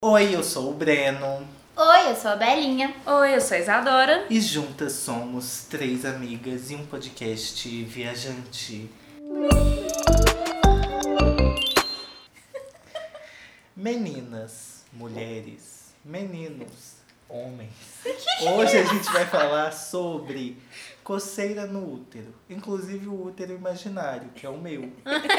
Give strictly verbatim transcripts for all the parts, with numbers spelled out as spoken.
Oi, eu sou o Breno. Oi, eu sou a Belinha. Oi, eu sou a Isadora. E juntas somos três amigas e um podcast viajante. Meninas, mulheres, meninos, homens. Hoje a gente vai falar sobre coceira no útero. Inclusive o útero imaginário, que é o meu.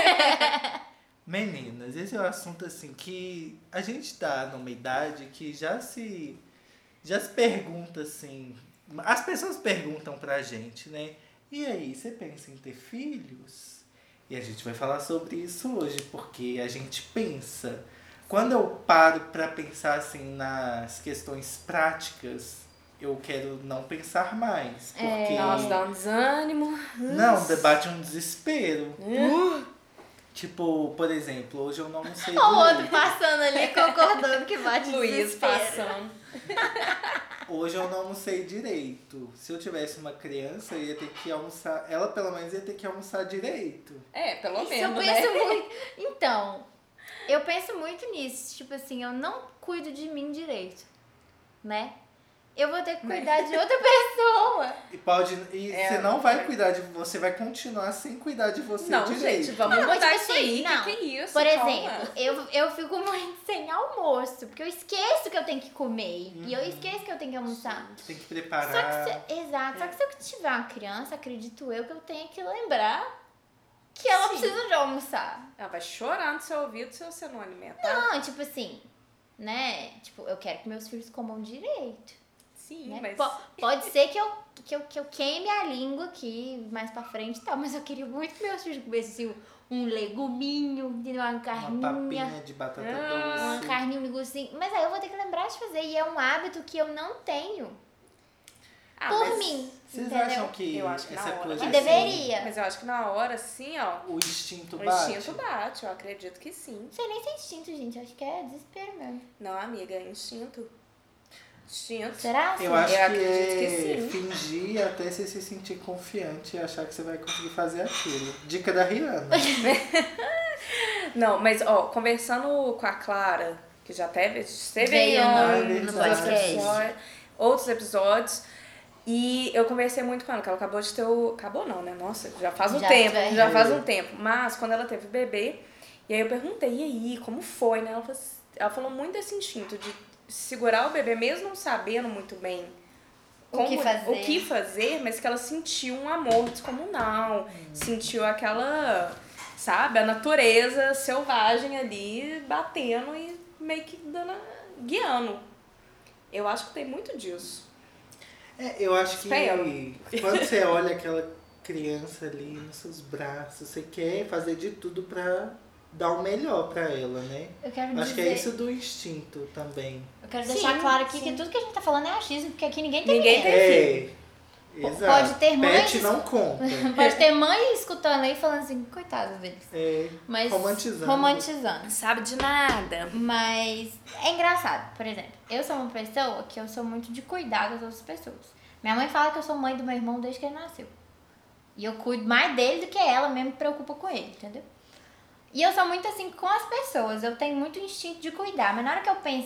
Meninas, esse é um assunto assim que a gente tá numa idade que já se já se pergunta assim, as pessoas perguntam pra gente, né? E aí, você pensa em ter filhos? E a gente vai falar sobre isso hoje, porque a gente pensa, quando eu paro pra pensar assim nas questões práticas, eu quero não pensar mais, porque É, nossa, dá um desânimo. não, debate um desespero. Uh. Tipo, por exemplo, hoje eu não almocei O outro direito. passando ali, concordando que bate Luiz desespero. passando. Hoje eu não almocei direito. Se eu tivesse uma criança, eu ia ter que almoçar. Ela pelo menos ia ter que almoçar direito. É, pelo Isso menos, eu né? penso muito. Então, eu penso muito nisso. Tipo assim, eu não cuido de mim direito, né? Eu vou ter que cuidar de outra pessoa. E pode. E É, você não vai é. cuidar de você, vai continuar sem cuidar de você Não, direito. gente, vamos Não, mas mudar tipo isso assim, aí. não. Que que é isso? Por Calma. exemplo, eu, eu fico muito sem almoço, porque eu esqueço que eu tenho que comer. E eu Uhum. esqueço que eu tenho que almoçar. Tem que Só que preparar. se, exato, só que se eu tiver uma criança, acredito eu que eu tenho que lembrar que ela Sim. precisa de almoçar. Ela vai chorar no seu ouvido se você não alimentar. Não, tipo assim, né? Tipo, eu quero que meus filhos comam direito. Sim, Né? mas... Po- pode ser que eu, que, eu, que eu queime a língua aqui mais pra frente e tal, mas eu queria muito que meus filhos comessem assim, um leguminho, uma Uma carninha. papinha de batata Ah, Uma doce. carninha, um negocinho. Mas aí eu vou ter que lembrar de fazer. E é um hábito que eu não tenho. Ah, por mas- mim. Vocês entendeu? acham que, Eu acho que na essa hora coisa Que vai assim, deveria. Mas eu acho que na hora, assim, ó, o instinto o bate? instinto bate. Eu acredito que sim. Não sei nem se é instinto, gente. Acho que é desespero mesmo. Não, amiga, é instinto. Instinto. Será? Eu acho Eu que acredito é que sim. fingir até você se sentir confiante e achar que você vai conseguir fazer aquilo. Dica da Rihanna. Não, mas, ó, conversando com a Clara, que já teve, esteve Veio aí no- no, no outros podcast. episódios, outros episódios, e eu conversei muito com ela, que ela acabou de ter o... Acabou não, né? Nossa, já faz um Já tempo, foi. já faz um tempo. Mas, quando ela teve o bebê, e aí eu perguntei, e aí, como foi, né? Ela falou, ela falou muito desse instinto de segurar o bebê, mesmo não sabendo muito bem O que fazer. o que fazer, mas que ela sentiu um amor descomunal, sentiu aquela, sabe, a natureza selvagem ali batendo e meio que dando, guiando. Eu acho que tem muito disso. É, eu acho que Espero. quando você olha aquela criança ali nos seus braços, você quer fazer de tudo pra dar o melhor pra ela, né? Eu quero Acho dizer... que é isso do instinto também. Eu quero Sim, deixar claro aqui sim. que tudo que a gente tá falando é achismo, porque aqui ninguém tem Ninguém ninguém. tem- É, exato. Pode ter mães- Pet não conta. Pode ter mãe escutando aí falando assim, coitados deles. É, Mas romantizando. romantizando. Sabe de nada. Mas é engraçado, por exemplo, eu sou uma pessoa que eu sou muito de cuidar das outras pessoas. Minha mãe fala que eu sou mãe do meu irmão desde que ele nasceu. E eu cuido mais dele do que ela mesmo me preocupa com ele, entendeu? E eu sou muito assim com as pessoas, eu tenho muito instinto de cuidar, mas na hora que eu penso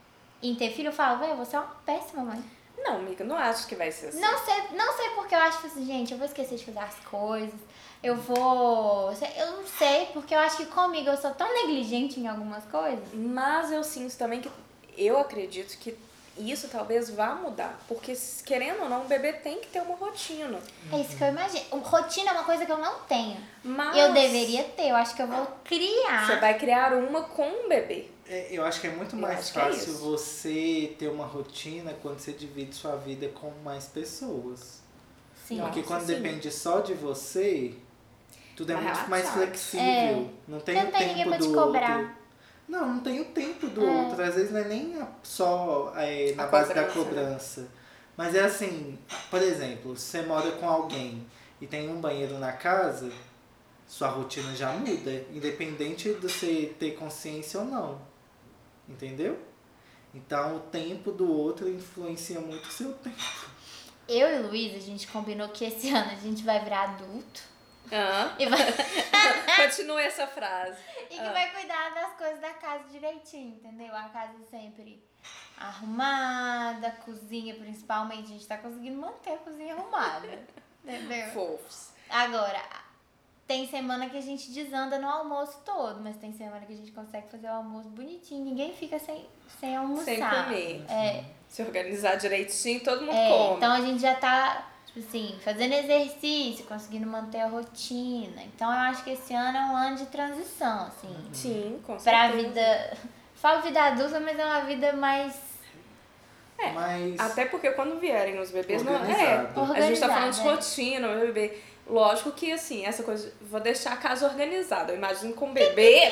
em ter filho, eu falo, velho, você é uma péssima mãe. Não, amiga, não acho que vai ser assim. Não sei, não sei porque eu acho assim, gente, eu vou esquecer de fazer as coisas, eu vou... Eu não sei, porque eu acho que comigo eu sou tão negligente em algumas coisas. Mas eu sinto também que eu acredito que isso talvez vá mudar. Porque, querendo ou não, o bebê tem que ter uma rotina. É isso que eu imagino. Rotina é uma coisa que eu não tenho. Mas Eu deveria ter, eu acho que eu vou criar. Você vai criar uma com um bebê. É, eu acho que é muito Eu mais acho que é fácil isso. você ter uma rotina quando você divide sua vida com mais pessoas. Sim. Porque Nossa, quando sim. depende só de você, tudo é Vai muito mais relaxar. flexível. É. Não tem Não o tem tempo ninguém pra te do cobrar. outro. Não, não tem o tempo do É. outro. Às vezes não é nem a- só é, na A base da cobrança, né? cobrança. Mas é assim, por exemplo, se você mora com alguém e tem um banheiro na casa, sua rotina já muda, independente de você ter consciência ou não. Entendeu? Então o tempo do outro influencia muito o seu tempo. Eu e o Luiz, a gente combinou que esse ano a gente vai virar adulto. Ah. E vai, Continue essa frase. e que vai cuidar das coisas da casa direitinho, entendeu? A casa sempre arrumada, a cozinha principalmente. A gente tá conseguindo manter a cozinha arrumada, entendeu? Fofos. Agora, tem semana que a gente desanda no almoço todo, mas tem semana que a gente consegue fazer o almoço bonitinho. Ninguém fica sem, sem almoçar. Sem comer. É, Se organizar direitinho, todo mundo é, come. então a gente já tá, tipo assim, fazendo exercício, conseguindo manter a rotina. Então eu acho que esse ano é um ano de transição, assim. Sim, com Pra certeza. vida. Falo vida adulta, mas é uma vida mais É, Mas Até porque quando vierem os bebês, não é. Organizado. A gente tá falando de Organizada, é. rotina, meu bebê. Lógico que, assim, essa coisa. Vou deixar a casa organizada. Eu imagino com bebê,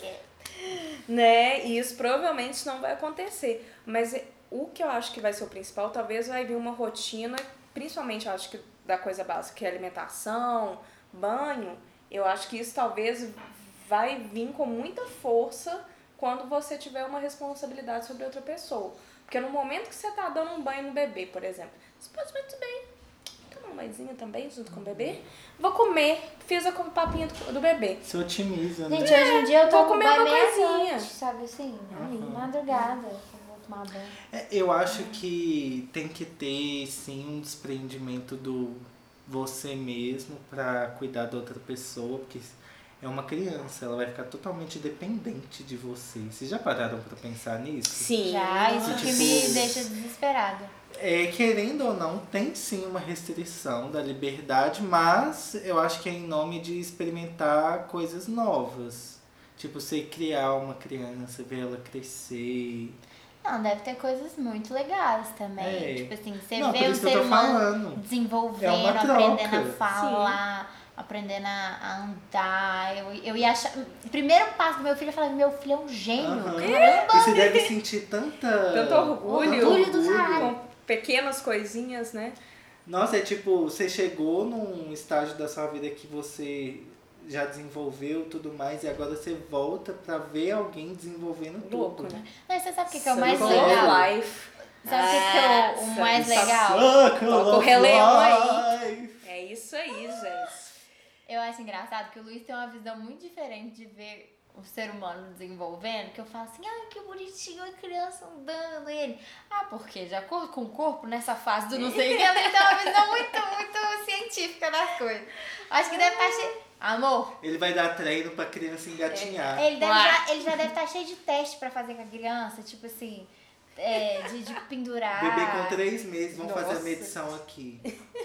né? E isso provavelmente não vai acontecer. Mas é- o que eu acho que vai ser o principal, talvez vai vir uma rotina, principalmente eu acho que da coisa básica, que é alimentação, banho. Eu acho que isso talvez vai vir com muita força quando você tiver uma responsabilidade sobre outra pessoa. Porque no momento que você tá dando um banho no bebê, por exemplo, você pode muito bem tomar um banhozinho também junto com o bebê. Vou comer, fiz a com- papinha do, do bebê. se otimiza, né? Gente, hoje em dia eu vou tomo comer banho uma coisinha. meia-noite, sabe assim? Madrugada, eu vou tomar banho. É, eu acho que tem que ter, sim, um desprendimento do você mesmo pra cuidar da outra pessoa, porque é uma criança, ela vai ficar totalmente dependente de você. Vocês já pararam pra pensar nisso? Sim. Já, isso que tipo- me deixa desesperada. É, querendo ou não, tem sim uma restrição da liberdade, mas eu acho que é em nome de experimentar coisas novas. Tipo, você criar uma criança, ver ela crescer. Não, deve ter coisas muito legais também. É. Tipo assim, você Não, vê por o isso que eu ser tô humano falando. desenvolvendo, É uma aprendendo troca. a falar, aprendendo a a andar. Eu, eu ia achar. O primeiro passo do meu filho, eu falei, meu filho é um gênio. Aham. Caramba! E você deve sentir tanta... Tanto orgulho. Orgulho do caralho. Com pequenas coisinhas, né? Nossa, é tipo, você chegou num estágio da sua vida que você já desenvolveu tudo mais e agora você volta pra ver alguém desenvolvendo Louco, tudo. né? Mas você sabe o que, que é o mais Circle of legal? Life. Sabe o que, que é o, o Nossa, mais isso legal? Circle Toca o of Rei Leão aí. Life. É isso aí, gente. Eu acho engraçado que o Luiz tem uma visão muito diferente de ver o ser humano desenvolvendo, que eu falo assim, ai, que bonitinho a criança andando, e ele, ah, porque de acordo com o corpo, nessa fase do não sei o que, ele tem uma visão muito, muito científica das coisas. Acho que deve estar cheio, amor, Ele vai dar treino pra criança engatinhar. ele, deve Ué. já, ele já deve estar cheio de teste pra fazer com a criança, tipo assim, é, de, de pendurar. Bebê com três meses, vamos fazer a Nossa. medição aqui.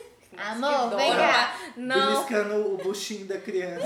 Amor, Que vem dó. cá. Não. Beliscando o buchinho da criança.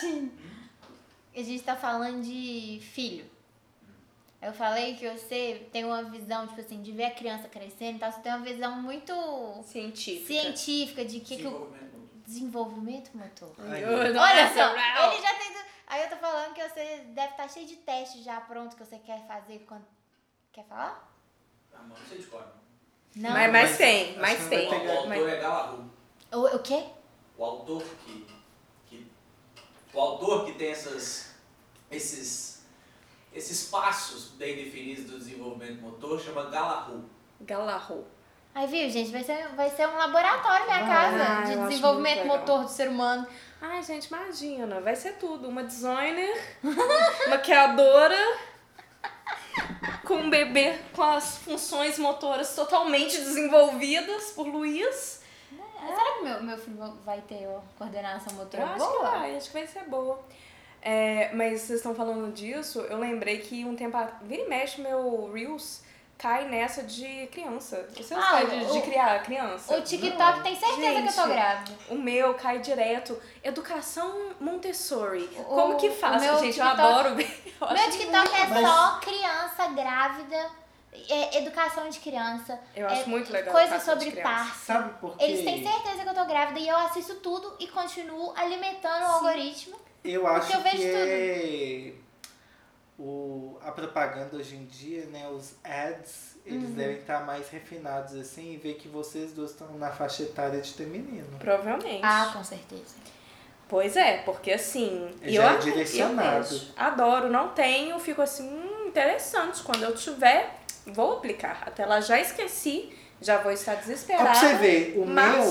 A gente tá falando de filho. Eu falei que você tem uma visão, tipo assim, de ver a criança crescendo, então você tem uma visão muito Científica. científica de que, que o Desenvolvimento. desenvolvimento motor. Ai, Não Olha é só, surreal. ele já tem. do- Aí eu tô falando que você deve estar cheio de testes já pronto que você quer fazer quando. Quer falar? Ah, mas não sei de cor. Não. Mas, mas Mas tem, acho mas que não tem. vai O pegar- autor Mas- é Galahu. O, o quê? O autor que, que. O autor que tem essas. Esses. Esses passos bem definidos do desenvolvimento motor chama Galahu. Galarro. Aí viu, gente, vai ser, vai ser um laboratório minha Ah, casa eu de acho desenvolvimento muito legal. motor do ser humano. Ai, gente, imagina. Vai ser tudo. Uma designer, maquiadora, com um bebê com as funções motoras totalmente desenvolvidas por Luiz. Será que meu, meu filho vai ter ó, coordenação motora Eu acho boa? que vai, acho que vai ser boa. É, mas vocês estão falando disso, eu lembrei que um tempo atrás, vira e mexe, meu Reels cai nessa de criança. Você não Ah, sabe de, o- de criar criança? O TikTok tem certeza que eu tô Gente, grávida. O meu cai direto. Educação Montessori. O- Como que faz? o meu Gente, eu TikTok- adoro ver. Eu Meu acho TikTok muito- é Mas- só criança grávida, é, educação de criança. Eu acho é, muito legal Coisa educação de sobre criança. parto. Sabe por quê? Eles têm certeza que eu tô grávida e eu assisto tudo e continuo alimentando o algoritmo. Eu acho eu vejo que é o, a propaganda hoje em dia, né? Os ads, eles Uhum. devem estar mais refinados assim e ver que vocês duas estão na faixa etária de ter menino. Provavelmente. Ah, com certeza. Pois é, porque assim. Já eu, é eu direcionado. vejo. Adoro, não tenho, fico assim, hum, interessante. Quando eu tiver, vou aplicar. Até lá já esqueci, já vou estar Ó, desesperada. pra você ver, o mas- meu,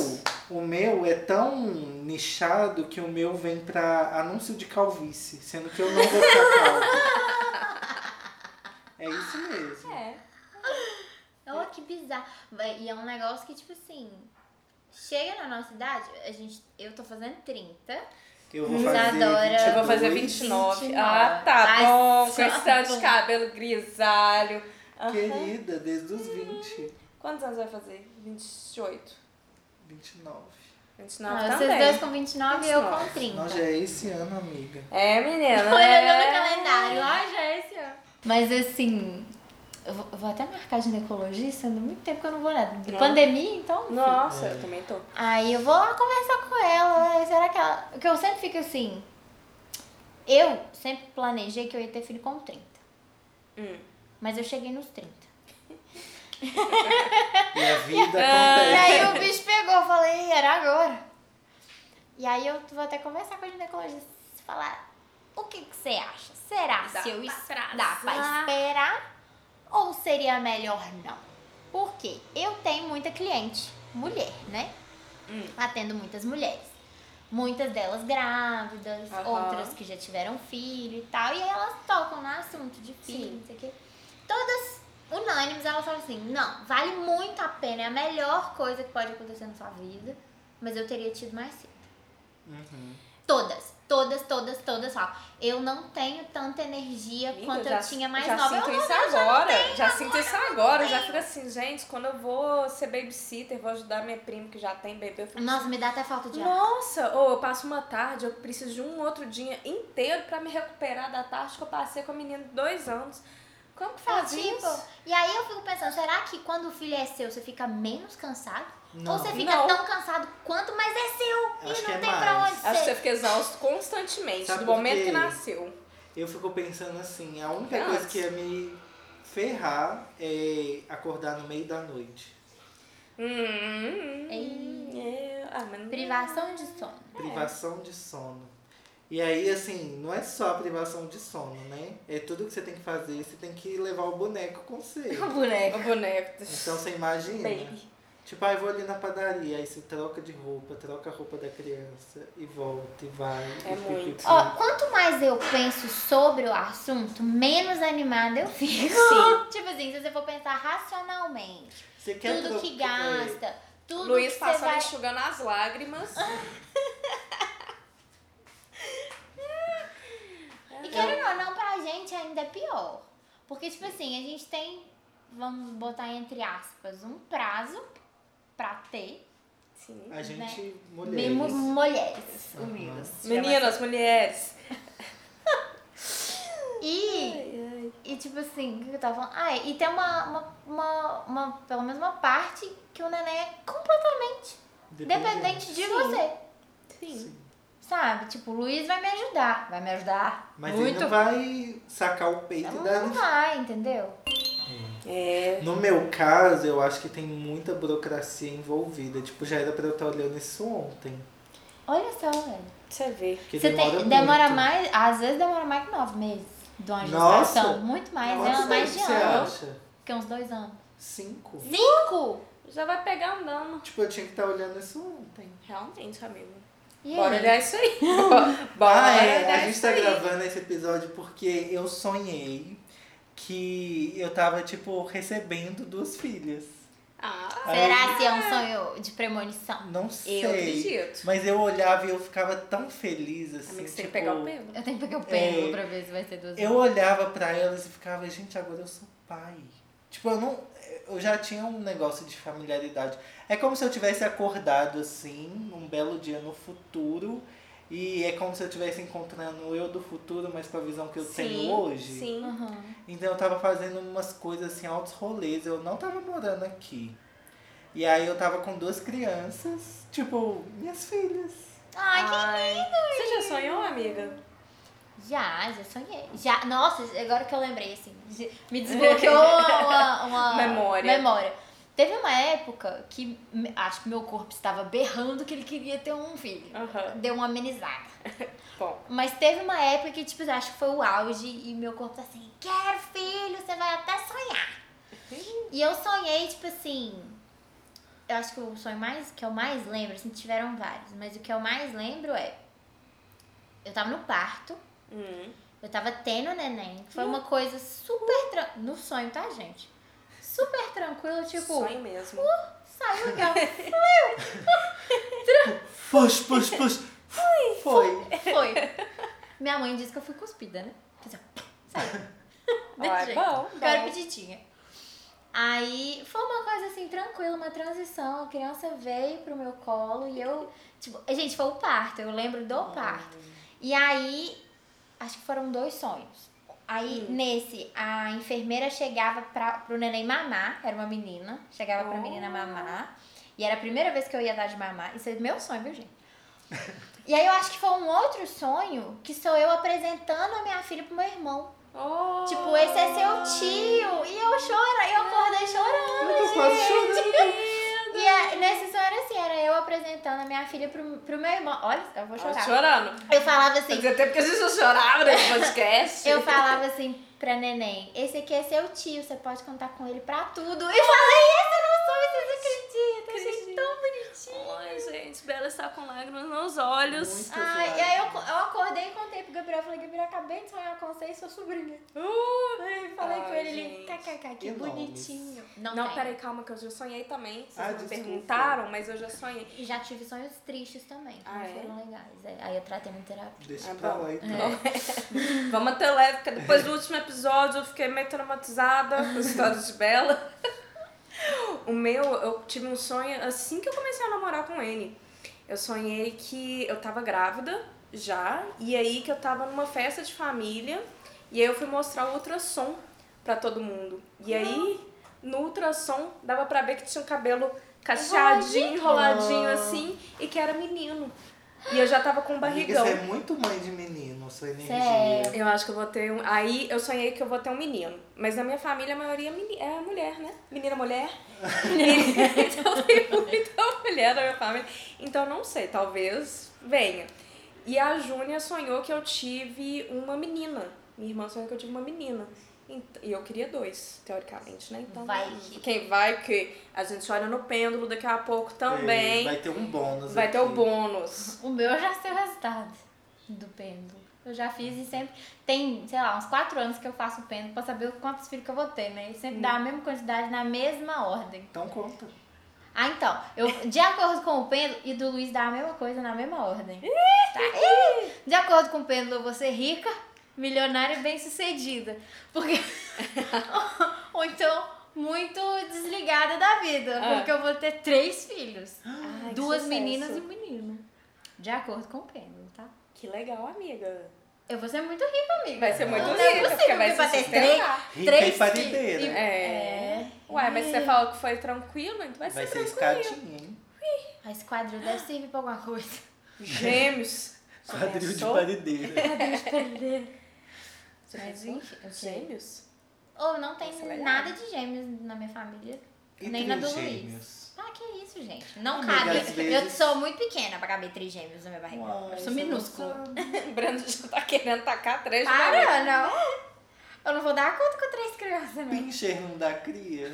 O meu é tão nichado que o meu vem pra anúncio de calvície, sendo que eu não vou ficar calvo. É isso mesmo. É. Oh, que bizarro. E é um negócio que, tipo assim, chega na nossa idade, a gente, eu tô fazendo trinta. Eu vou fazer Isadora- Eu vou fazer vinte e dois. vinte e nove. vinte e nove. Ah, tá Ai, bom. só- Com esse tanto de cabelo grisalho. Aham. Querida, desde os vinte. Quantos anos vai fazer? vinte e oito. vinte e nove. vinte e nove Não, também. vocês dois com vinte e nove e eu com vinte e nove. trinta. Nós já é esse ano, amiga. É, menina. Olha é... no calendário. Ai, já é esse ano. Mas assim, eu vou, eu vou até marcar ginecologista, há muito tempo que eu não vou lá. De Não. pandemia, então. enfim. Nossa, É. eu também tô. Aí eu vou lá conversar com ela. Né? Será que ela. Porque eu sempre fico assim. Eu sempre planejei que eu ia ter filho com trinta. Hum. Mas eu cheguei nos trinta. E a vida E acontece. aí o bicho pegou, eu falei, era agora. E aí eu vou até conversar com a ginecologista e falar, o que que você acha? Será Dá se eu pra es- atrasar? dá pra esperar ou seria melhor não? Porque eu tenho muita cliente, mulher, né? Hum. Atendo muitas mulheres. Muitas delas grávidas, Aham. outras que já tiveram filho e tal. E aí elas tocam no assunto de filho, Sim. não sei o quê. Todas unânimes, elas falam assim, não, vale muito a pena, é a melhor coisa que pode acontecer na sua vida, mas eu teria tido mais cedo. Uhum. Todas, todas, todas, todas falam. Eu não tenho tanta energia Amiga, quanto já, eu tinha mais já nova. Sinto Eu isso não, eu já agora. não tenho, já sinto agora isso eu não agora. Já tenho. fico assim, gente, quando eu vou ser babysitter, vou ajudar minha prima que já tem bebê, eu fico Nossa, me dá até falta de ar. Nossa, ou eu passo uma tarde, eu preciso de um outro dia inteiro pra me recuperar da tarde que eu passei com a menina de dois anos. Como que faz É, tipo, isso? e aí eu fico pensando, será que quando o filho é seu, você fica menos cansado? Não. Ou você fica Não. tão cansado quanto, mas é seu Acho e que não é tem pra mais. onde Acho que você ser. fica exausto constantemente, Sabe do por momento quê? que nasceu. Eu fico pensando assim, a única Antes. coisa que ia me ferrar é acordar no meio da noite. Hum, Ei. é, ah, mas não- Privação de sono. Privação de sono. E aí, assim, não é só a privação de sono, né? É tudo que você tem que fazer, você tem que levar o boneco com você. O boneco. O boneco. Então você imagina. Baby. Tipo, ah, eu vou ali na padaria, aí você troca de roupa, troca a roupa da criança e volta e vai. É e muito. fica- Ó, quanto mais eu penso sobre o assunto, menos animada eu fico. Sim. Tipo assim, se você for pensar racionalmente, Você quer tudo tro- que é, gasta, tudo Luiz que você passando vai... enxugando as lágrimas. E querendo ou não, pra gente ainda é pior. Porque, tipo assim, a gente tem, vamos botar entre aspas, um prazo pra ter Sim. A gente, Né? mulheres. mu- mulheres Aham. unidas. Meninas, mulheres. E, e tipo assim, o que eu tava falando? Ah, e tem uma, uma, uma, uma, pelo menos uma parte que o neném é completamente dependente de Sim. você. Sim. Sabe? Tipo, o Luiz vai me ajudar. Vai me ajudar Mas muito. ele não vai sacar o peito Não, e dar não vai, entendeu? É. No meu caso, eu acho que tem muita burocracia envolvida. Tipo, já era pra eu estar olhando isso ontem. Olha só, velho. Você vê. Porque Você demora tem, muito. demora mais, às vezes demora mais que nove meses de uma Nossa! gestação. Muito mais, Quantos é mais anos de você ano. acha? Que uns dois anos. Cinco? Cinco? Já vai pegar andando. Tipo, eu tinha que estar olhando isso ontem. Realmente, amigo. E Bora aí? olhar isso aí. Bora Ah, é, olhar a gente isso tá aí. gravando esse episódio porque eu sonhei que eu tava, tipo, recebendo duas filhas. Ah, Será que é um sonho de premonição? Não sei. eu acredito. Mas eu olhava e eu ficava tão feliz, assim. Amigo, você tem tipo, que pegar o pelo. Eu tenho que pegar o pêndulo É, pra ver se vai ser duas Eu olhava pra elas e ficava, gente, agora eu sou pai. Tipo, eu não. Eu já tinha um negócio de familiaridade. É como se eu tivesse acordado assim, um belo dia no futuro. E é como se eu estivesse encontrando o eu do futuro, mas com a visão que eu tenho hoje. Sim. Uhum. Então eu tava fazendo umas coisas assim, altos rolês. Eu não tava morando aqui. E aí eu tava com duas crianças, tipo, minhas filhas. Ai, que Ai. Você já sonhou, amiga? Já, já sonhei. Já, nossa, agora que eu lembrei, assim, de- me desbloqueou uma, uma Memória. memória. Teve uma época que me- acho que meu corpo estava berrando que ele queria ter um filho. Aham. Deu uma amenizada. Bom. Mas teve uma época que, tipo, acho que foi o auge e meu corpo tá assim, quero filho, você vai até sonhar. E eu sonhei, tipo assim, eu acho que o sonho mais, que eu mais lembro, assim, tiveram vários, mas o que eu mais lembro é, eu tava no parto, Hum. eu tava tendo neném, foi uma coisa super, tran- no sonho, tá, gente? Super tranquilo, tipo, Sonho mesmo. saiu aqui, ó. Puxa, puxa, puxa. Foi. Foi. Minha mãe disse que eu fui cuspida, né? Quer dizer, saiu. Desse Ai, jeito. bom, Porque eu era bom. petitinha. Aí foi uma coisa assim, tranquila, uma transição. A criança veio pro meu colo e eu. Tipo, gente, foi o parto, eu lembro do parto. E aí, acho que foram dois sonhos. Aí, Hum. nesse, a enfermeira chegava pra, pro neném mamar, era uma menina, chegava pra Oh. menina mamar. E era a primeira vez que eu ia dar de mamar. Isso é meu sonho, viu, gente? E aí eu acho que foi um outro sonho que sou eu apresentando a minha filha pro meu irmão. Oh. Tipo, esse é seu tio. E eu choro, eu acordei chorando. Eu tô quase chorando. E a, nesse sonho era assim, era eu apresentando a minha filha pro, pro meu irmão. Olha, eu vou Ó, chorar. chorando. Eu falava assim, Fazia tempo que a gente não chorava nesse podcast. eu falava assim pra neném, esse aqui é seu tio, você pode contar com ele pra tudo. E falei isso no sonho, vocês acreditam? Eu achei tão bonitinho. Ai, gente, Bela está com lágrimas nos olhos. Muito. Ai, e aí eu, eu acordei e contei pro Gabriel. Falei, Gabriel, acabei de sonhar com você e sua sobrinha. Uh, Ai, falei Ai, com ele, ele, gente. kkk, que E nomes? bonitinho. Não, não, tem. peraí, calma, que eu já sonhei também. Vocês Ah, me desculpa. perguntaram, mas eu já sonhei. E já tive sonhos tristes também, que Ah, não é? foram legais. É, aí eu tratei na terapia. Deixa Ah, pra bom. lá então. É. Vamos até leve, porque depois do último episódio eu fiquei meio traumatizada com a história de Bela. O meu, eu tive um sonho assim que eu comecei a namorar com ele. Eu sonhei que eu tava grávida já, e aí que eu tava numa festa de família, e aí eu fui mostrar o ultrassom pra todo mundo. E aí, no ultrassom, dava pra ver que tinha um cabelo cacheadinho, enroladinho assim, e que era menino. E eu já tava com um Amiga, barrigão. você é muito mãe de menino, sua energia. Sério? Eu acho que eu vou ter um. Aí eu sonhei que eu vou ter um menino. Mas na minha família a maioria é meni- é mulher, né? Menina, mulher. Então tem muita mulher na minha família. Então não sei, talvez venha. E a Júnia sonhou que eu tive uma menina. Minha irmã sonhou que eu tive uma menina. Ent- E eu queria dois, teoricamente, né? Então, Vai que- quem vai que a gente olha no pêndulo daqui a pouco também. É, vai ter um bônus Vai aqui. ter o bônus. O meu já sei o resultado do pêndulo. Eu já fiz e sempre. Tem, sei lá, uns quatro anos que eu faço o pêndulo pra saber quantos filhos que eu vou ter, né? E sempre dá a mesma quantidade na mesma ordem. Então conta. Ah, então, eu, de acordo com o pêndulo, e do Luiz dá a mesma coisa na mesma ordem. Tá? Ih! De acordo com o pêndulo, eu vou ser rica, milionária e bem-sucedida. Porque. Ou então, muito desligada da vida. Ah. Porque eu vou ter três filhos. Ai, que Duas sucesso. meninas e um menino. De acordo com o pêndulo, tá? Que legal, amiga. Eu vou ser muito rica, amiga. Vai ser muito Não rica, é porque possível, vai porque se pra ter sustentar. Rica três e parideira. filhos. É. Uai, mas você falou que foi tranquilo, então vai, Vai ser ser tranquilo. escadinha, hein? A esquadrilha deve servir pra alguma coisa. Gêmeos. Já Quadril de pensou? parideira. Já Mas pensou? enfim, eu sei. Gêmeos? Ou não tem Isso é legal. nada de gêmeos na minha família. E nem na do trigêmeos? Luiz. Ah, que isso, gente. Não Amiga, cabe. às Eu vezes- sou muito pequena pra caber três gêmeos na minha barriga. Uai, eu sou você minúscula. não sabe. O Brando já tá querendo tacar três de uma vez. Para, não. Eu não vou dar conta com três crianças, não. Pincher não dá cria.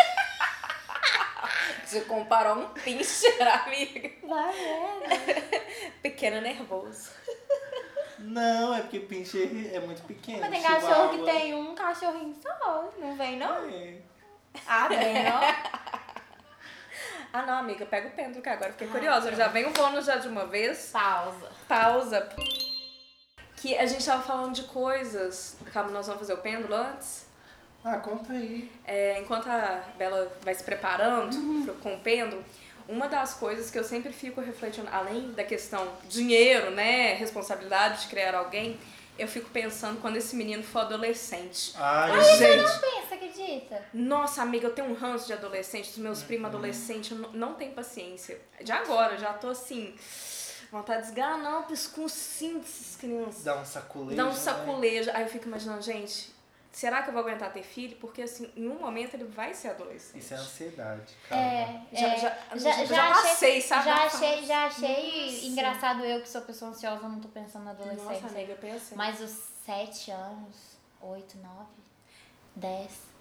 Você comparou um pincher, amiga. Vai, é. Pequeno nervoso. Não, é porque pincher é muito pequeno. Mas tem cachorro que chihuahua. tem um cachorrinho só. Não vem, não? É. Ah, vem, não? Ah, não, amiga, pega o pêndulo que agora eu fiquei curiosa. Já vem o bônus já de uma vez. Pausa. Pausa. Que a gente tava falando de coisas. Calma, nós vamos fazer o pêndulo antes. Ah, conta aí. É, enquanto a Bela vai se preparando pro- com o pêndulo, uma das coisas que eu sempre fico refletindo, além da questão dinheiro, né, responsabilidade de criar alguém, eu fico pensando quando esse menino for adolescente. Ai, Ai, gente. Não pensa, acredita? Nossa, amiga, eu tenho um ranço de adolescente, dos meus primos adolescentes, eu não, não tenho paciência. De agora, eu já tô assim, vontade de esganar o pescocinho dessas crianças. Dá um saculejo. Dá um né? saculejo. Aí eu fico imaginando, gente, será que eu vou aguentar ter filho? Porque assim, em um momento ele vai ser adolescente. Isso é ansiedade, calma. É, Já- é, já- já, já passei, sabe? Já Nossa. achei, já achei Nossa. engraçado eu que sou pessoa ansiosa, eu não tô pensando na Nossa, adolescência. amiga, eu pensei. Mas os sete anos, oito, nove, dez.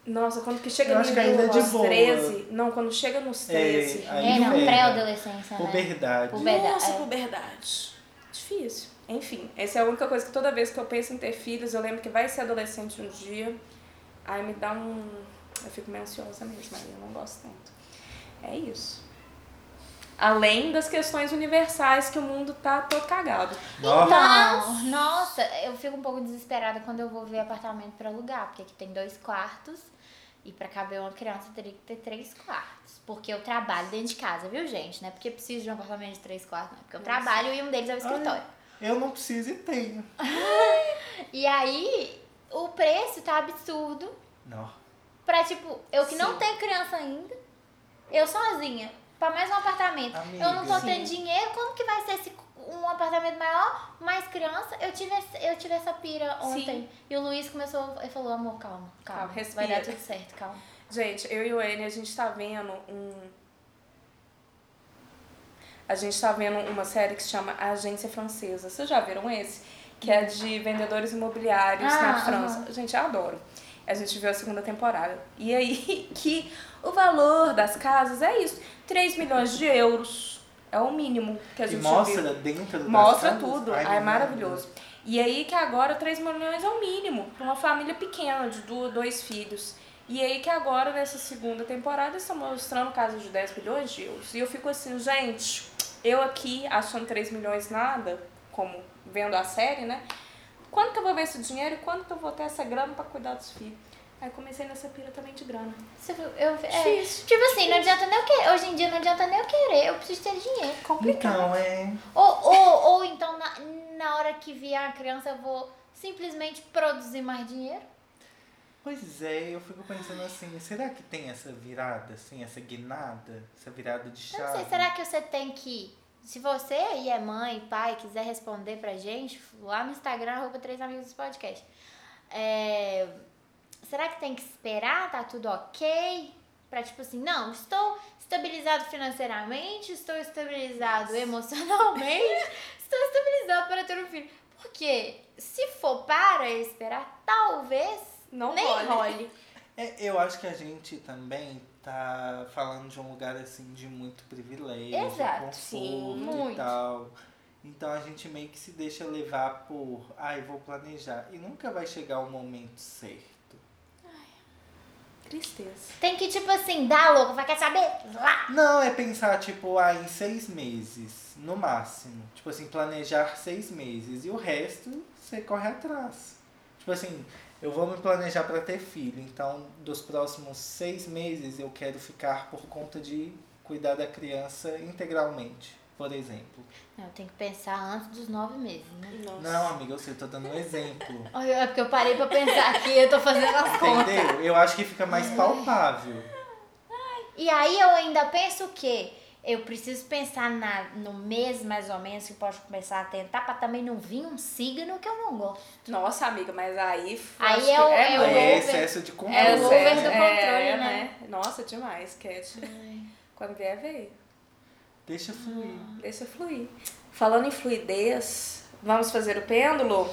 Nossa, quando que chega Eu no acho que ainda é de nos boa. treze. Não, quando chega nos treze. É, aí É, não, ferra. pré-adolescência, né? Puberdade. Puberdade. Nossa, é. puberdade. Difícil. Enfim, essa é a única coisa que toda vez que eu penso em ter filhos, eu lembro que vai ser adolescente um dia. Aí me dá um... Eu fico meio ansiosa mesmo, aí eu não gosto tanto. É isso. Além das questões universais que o mundo tá todo cagado. Nossa. Então, nossa, eu fico um pouco desesperada quando eu vou ver apartamento pra alugar, porque aqui tem dois quartos e pra caber uma criança teria que ter três quartos. Porque eu trabalho dentro de casa, viu, gente? Não é porque eu preciso de um apartamento de três quartos, não. É porque eu Nossa. trabalho e um deles é o escritório. Eu não preciso e tenho. E aí, o preço tá absurdo Não. pra, tipo, eu que não Sim. tenho criança ainda, eu sozinha, pra mais um apartamento. Amiga. Eu não tô Sim. tendo dinheiro, como que vai ser esse, um apartamento maior, mais criança? Eu tive, esse- eu tive essa pira ontem. Sim. E o Luiz começou, ele falou, amor, calma, calma, Calma, vai respira. dar tudo certo, calma. Gente, eu e o N, a gente tá vendo um... A gente tá vendo uma série que se chama A Agência Francesa. Vocês já viram esse? Que é de vendedores imobiliários Ah, na França. aham. Gente, eu adoro. A gente viu a segunda temporada. E aí, que o valor das casas é isso. três milhões de euros. É o mínimo que a E gente mostra viu. dentro das Mostra casas? tudo. Ai, Ah, é não. maravilhoso. E aí que agora três milhões é o mínimo para uma família pequena de du- dois filhos. E aí que agora, nessa segunda temporada, estão mostrando casas de dez milhões de euros. E eu fico assim, gente, eu aqui achando três milhões nada, como vendo a série, né? Quando que eu vou ver esse dinheiro e quando que eu vou ter essa grana para cuidar dos filhos? Aí comecei nessa pira também de grana. Você viu? Eu, é, Difícil. tipo assim, não adianta nem eu querer. Hoje em dia não adianta nem eu querer, eu preciso ter dinheiro. Então, é... Ou, ou, ou então, na, na hora que vier a criança, eu vou simplesmente produzir mais dinheiro. Pois é, eu fico pensando assim, será que tem essa virada, assim, essa guinada? Essa virada de Eu não chave? sei, será que você tem que... Se você aí é mãe, pai, quiser responder pra gente, lá no Instagram, arroba três amigos do podcast. É, será que tem que esperar, tá tudo ok? Pra tipo assim, não, estou estabilizado financeiramente, estou estabilizado emocionalmente, estou estabilizado para ter um filho. Porque se for para esperar, talvez Não nem role. role. É, eu acho que a gente também tá falando de um lugar assim de muito privilégio, Exato, conforto sim, e muito. tal. Então a gente meio que se deixa levar por, ai, vou planejar. E nunca vai chegar o momento certo. Tristeza. Tem que, tipo assim, dar louco, vai quer saber? Lá. Não, é pensar, tipo, ah, em seis meses, no máximo. Tipo assim, planejar seis meses. E o resto, você corre atrás. Tipo assim, eu vou me planejar para ter filho. Então, dos próximos seis meses, eu quero ficar por conta de cuidar da criança integralmente, por exemplo. Não, tem que pensar antes dos nove meses, né? Nossa. Não, amiga, eu sei, eu tô dando um exemplo. Olha, é porque eu parei pra pensar aqui, eu tô fazendo as contas. Entendeu? Eu acho que fica mais palpável. E aí eu ainda penso o quê? Eu preciso pensar na, no mês, mais ou menos, que pode começar a tentar, pra também não vir um signo que eu não gosto. Nossa, amiga, mas aí... Aí acho é que o- é o muito. É over- excesso de controle. é o over sério, do é, controle, né? Nossa, demais, Cat. Quando vier, veio. Deixa fluir. Deixa fluir. Falando em fluidez, vamos fazer o pêndulo?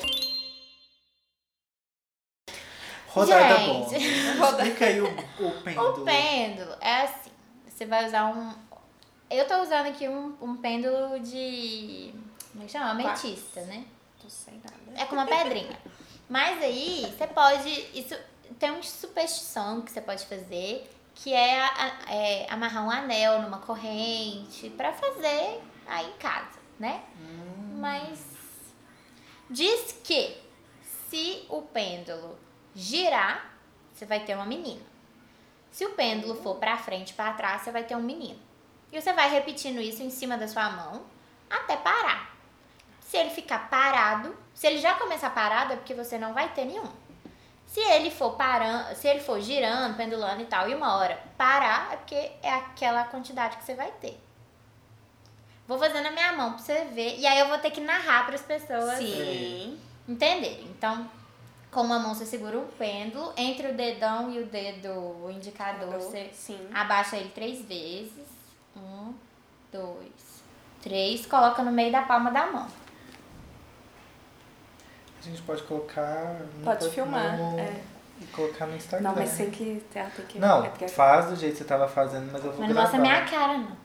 Rodada Gente. bônus. Explica aí o, o pêndulo. O pêndulo é assim, você vai usar um... Eu tô usando aqui um, um pêndulo de... Como é que chama? Ametista, né? Tô sem nada. É com uma pedrinha. Mas aí, você pode... Isso, tem uma superstição que você pode fazer, que é, a- é amarrar um anel numa corrente pra fazer aí em casa, né? Mas diz que se o pêndulo girar, você vai ter uma menina. Se o pêndulo for pra frente e pra trás, você vai ter um menino. E você vai repetindo isso em cima da sua mão até parar. Se ele ficar parado, se ele já começar parado, é porque você não vai ter nenhum. Se ele for parando, se ele for girando, pendulando e tal, e uma hora parar, é porque é aquela quantidade que você vai ter. Vou fazer na minha mão pra você ver. E aí eu vou ter que narrar para as pessoas Sim. entenderem. Então, com uma mão você segura o pêndulo, entre o dedão e o dedo o indicador, você Sim. abaixa ele três vezes. Um, dois, três. Coloca no meio da palma da mão. A gente pode colocar... no- Pode filmar. no- É. e colocar no Instagram. Não, mas tem que... Tem, tem que Não, é porque- faz do jeito que você tava fazendo, mas eu vou Mas não gravar. mostra minha cara, não.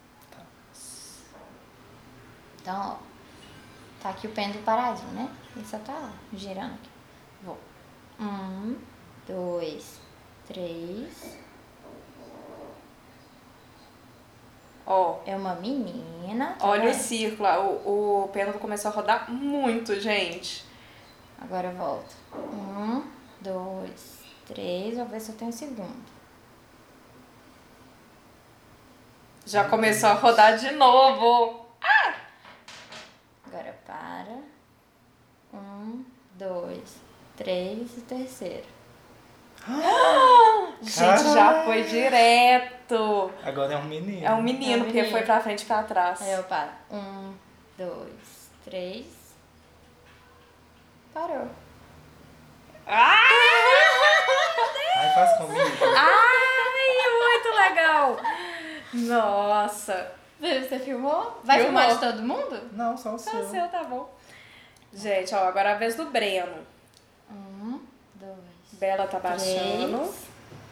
Então, ó. Tá aqui o pêndulo paradinho, né? Ele só tá girando aqui. Vou. Um, dois, três. Ó, É uma menina. tá olha o vendo? círculo. O, o pêndulo começou a rodar muito, gente. Agora eu volto. Um, dois, três. Vou ver se eu tenho segundo. Já começou a rodar de novo. Agora para. Um, dois, três e terceiro. Gente, já foi direto. Agora é um menino. É um menino, É um porque menino. foi pra frente e pra trás. Aí eu paro. Um, dois, três. Parou. Ai, Ai, faz comigo. ai, muito legal. Nossa. Você filmou? Vai Filmou. filmar de todo mundo? Não, só o Só seu. o seu, tá bom. Gente, ó, agora é a vez do Breno. Um, dois, Bela tá baixando. três.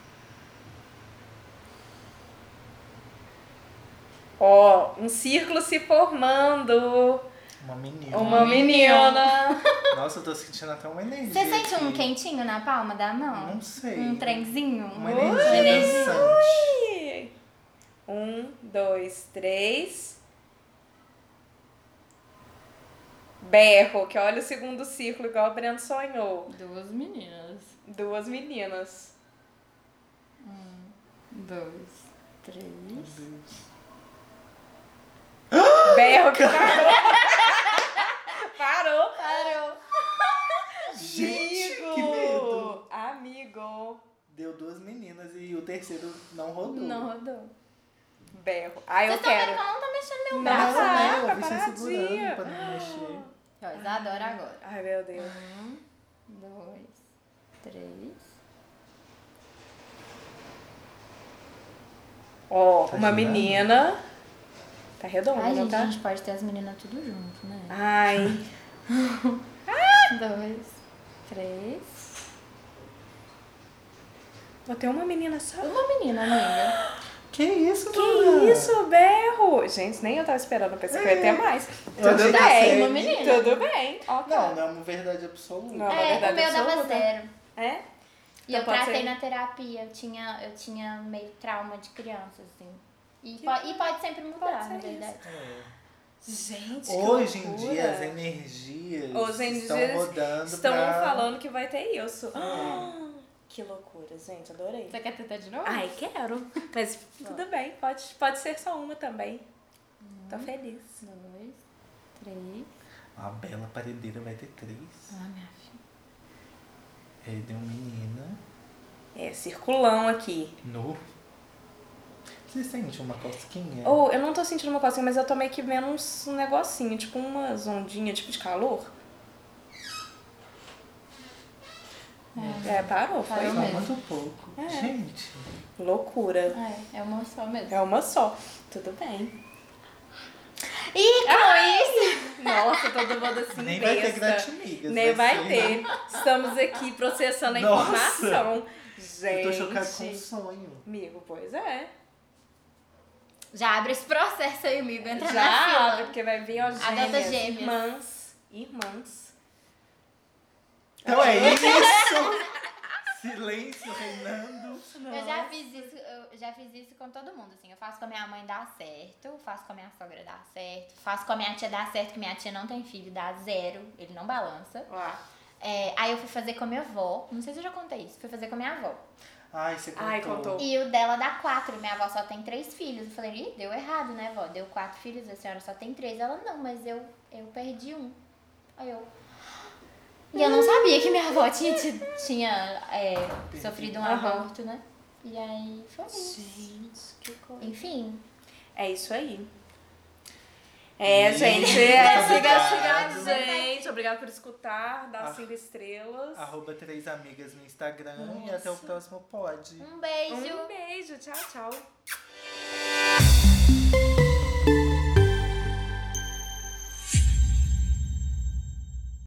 Ó, um círculo se formando. Uma menina. Uma menina. Nossa, eu tô sentindo até uma energia. Você sente um aqui. quentinho na palma da mão? Não sei. Um trenzinho? Uma Ui. energia dançante. Ui. Um, dois, três. Berro, que olha o segundo círculo, igual o Breno sonhou. Duas meninas. Duas meninas. Dois, três. Berro que parou. Parou. Parou. Gente, Amigo. que medo. Amigo. Deu duas meninas e o terceiro não rodou. Não rodou. Berro. Ai, eu Vocês estão vendo quero. que ela não tá mexendo meu Não, braço, Não, né? eu tá vi você paradinha. segurando pra não mexer. Ó, Isadora agora. Ai, meu Deus. Um, dois, três. Ó, Tá uma girando? menina. Tá redonda, Ai, não gente, tá? a gente pode ter as meninas tudo junto, né? Ai. Dois, três. Vou ter uma menina só. Uma menina, amiga. Que isso, Que Dora? isso, berro? Gente, nem eu tava esperando, pensei que eu ia ter mais. Eu achei Tudo que bem, você- uma menina. Tudo bem, ok. Não, não é uma verdade absoluta. Não. Uma É, verdade o meu dava absoluta. zero. É? E Então eu pode tratei ser. na terapia, eu tinha, eu tinha meio trauma de criança, assim. E, Que po- e pode sempre mudar, pode ser na isso. verdade. É. Gente, que Hoje em loucura. dia as energias Os estão energias rodando Estão pra... falando que vai ter isso. Ah, que loucura, gente, adorei. Você quer tentar de novo? Ai, quero. Mas tudo bem, pode, pode ser só uma também. Tô feliz. Dois, três. A bela paredeira vai ter três. Ah, minha filha. Aí deu menina. É, circulão aqui. Nu. Você sente uma cosquinha? Ou, eu não tô sentindo uma cocinha, mas eu tô meio que vendo uns, um negocinho, tipo umas ondinhas, tipo de calor. É, parou, foi. Parou Só mesmo. muito pouco. É. Gente. Loucura. É, é uma só mesmo. É uma só. Tudo bem. E com isso... Nossa, todo mundo assim, Nem vai ter besta. gratimigas. Nem vai ser- ter. Estamos aqui processando a Nossa. informação. Gente. Eu tô chocado com o sonho. Amigo, pois é. Já abre esse processo aí, amigo. Entra na Já fila. abre, porque vai vir, ó, Adota gêmeas, gêmeas. irmãs. Irmãs. Então é isso! Silêncio reinando. Eu já fiz isso, eu já fiz isso com todo mundo, assim. Eu faço com a minha mãe dar certo, faço com a minha sogra dar certo, faço com a minha tia dar certo, que minha tia não tem filho, dá zero, ele não balança. Lá. É, aí eu fui fazer com a minha avó, não sei se eu já contei isso, fui fazer com a minha avó. Ai, você contou. Ai, contou. E o dela dá quatro, minha avó só tem três filhos. Eu falei, ih, deu errado, né, vó? Deu quatro filhos, a senhora só tem três. Ela, não, mas eu, eu perdi um. Aí eu... E eu não sabia que minha avó tinha, tido- tinha é, sofrido um Aham. aborto, né? E aí foi isso. Gente, que coisa. Enfim, É isso aí. É, Ih, gente, muito é, siga, obrigado. siga a gente. Obrigado por escutar, dar Ah. cinco estrelas. Arroba Três Amigas no Instagram e até o próximo pod. um beijo. Um beijo, tchau, tchau.